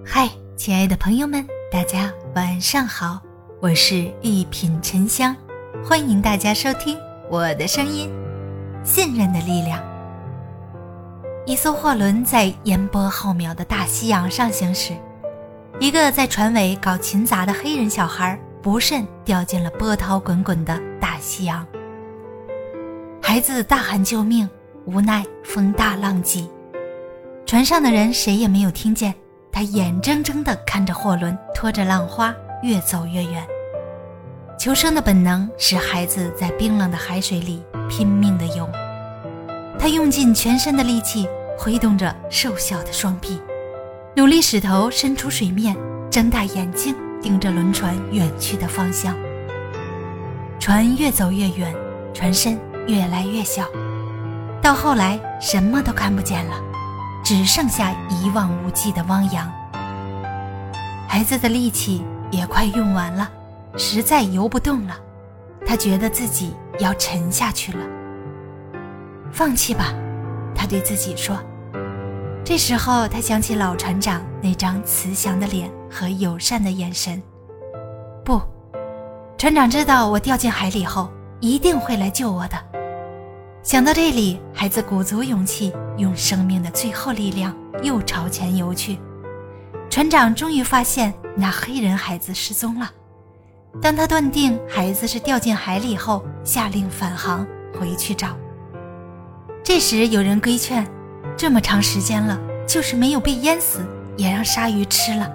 嗨，亲爱的朋友们，大家晚上好，我是一品沉香，欢迎大家收听我的声音。信任的力量。一艘货轮在烟波浩渺的大西洋上行驶，一个在船尾搞勤杂的黑人小孩不慎掉进了波涛滚滚的大西洋。孩子大喊救命，无奈风大浪急，船上的人谁也没有听见，他眼睁睁地看着货轮拖着浪花越走越远。求生的本能使孩子在冰冷的海水里拼命地游，他用尽全身的力气挥动着瘦小的双臂，努力使头伸出水面，睁大眼睛盯着轮船远去的方向。船越走越远，船身越来越小，到后来什么都看不见了，只剩下一望无际的汪洋。孩子的力气也快用完了，实在游不动了，他觉得自己要沉下去了。放弃吧，他对自己说。这时候他想起老船长那张慈祥的脸和友善的眼神。不，船长知道我掉进海里后一定会来救我的。想到这里，孩子鼓足勇气，用生命的最后力量又朝前游去。船长终于发现那黑人孩子失踪了。当他断定孩子是掉进海里后，下令返航回去找。这时有人规劝，这么长时间了，就是没有被淹死，也让鲨鱼吃了。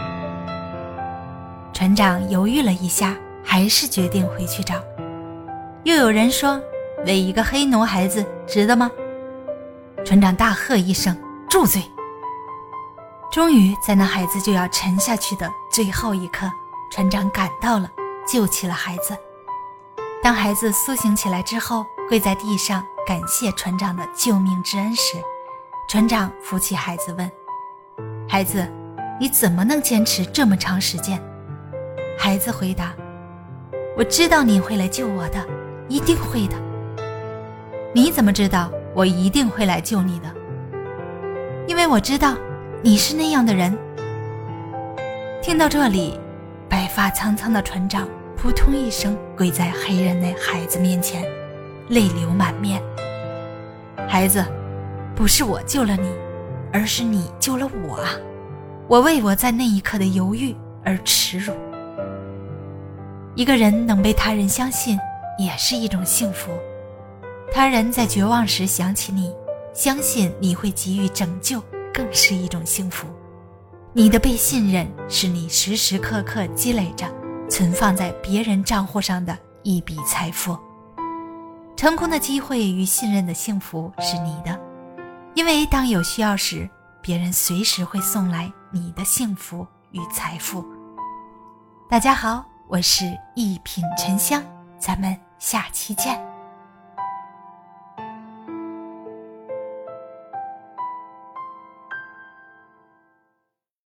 船长犹豫了一下，还是决定回去找。又有人说，为一个黑奴孩子值得吗？船长大喝一声，住嘴！终于在那孩子就要沉下去的最后一刻，船长赶到了，救起了孩子。当孩子苏醒起来之后，跪在地上感谢船长的救命之恩时，船长扶起孩子问，孩子，你怎么能坚持这么长时间？孩子回答，我知道你会来救我的，一定会的。你怎么知道我一定会来救你的？因为我知道你是那样的人。听到这里，白发苍苍的船长扑通一声跪在黑人那孩子面前，泪流满面。孩子，不是我救了你，而是你救了我啊！我为我在那一刻的犹豫而耻辱。一个人能被他人相信，也是一种幸福。他人在绝望时想起你，相信你会给予拯救，更是一种幸福。你的被信任是你时时刻刻积累着存放在别人账户上的一笔财富。成功的机会与信任的幸福是你的，因为当有需要时，别人随时会送来你的幸福与财富。大家好，我是一品沉香，咱们下期见。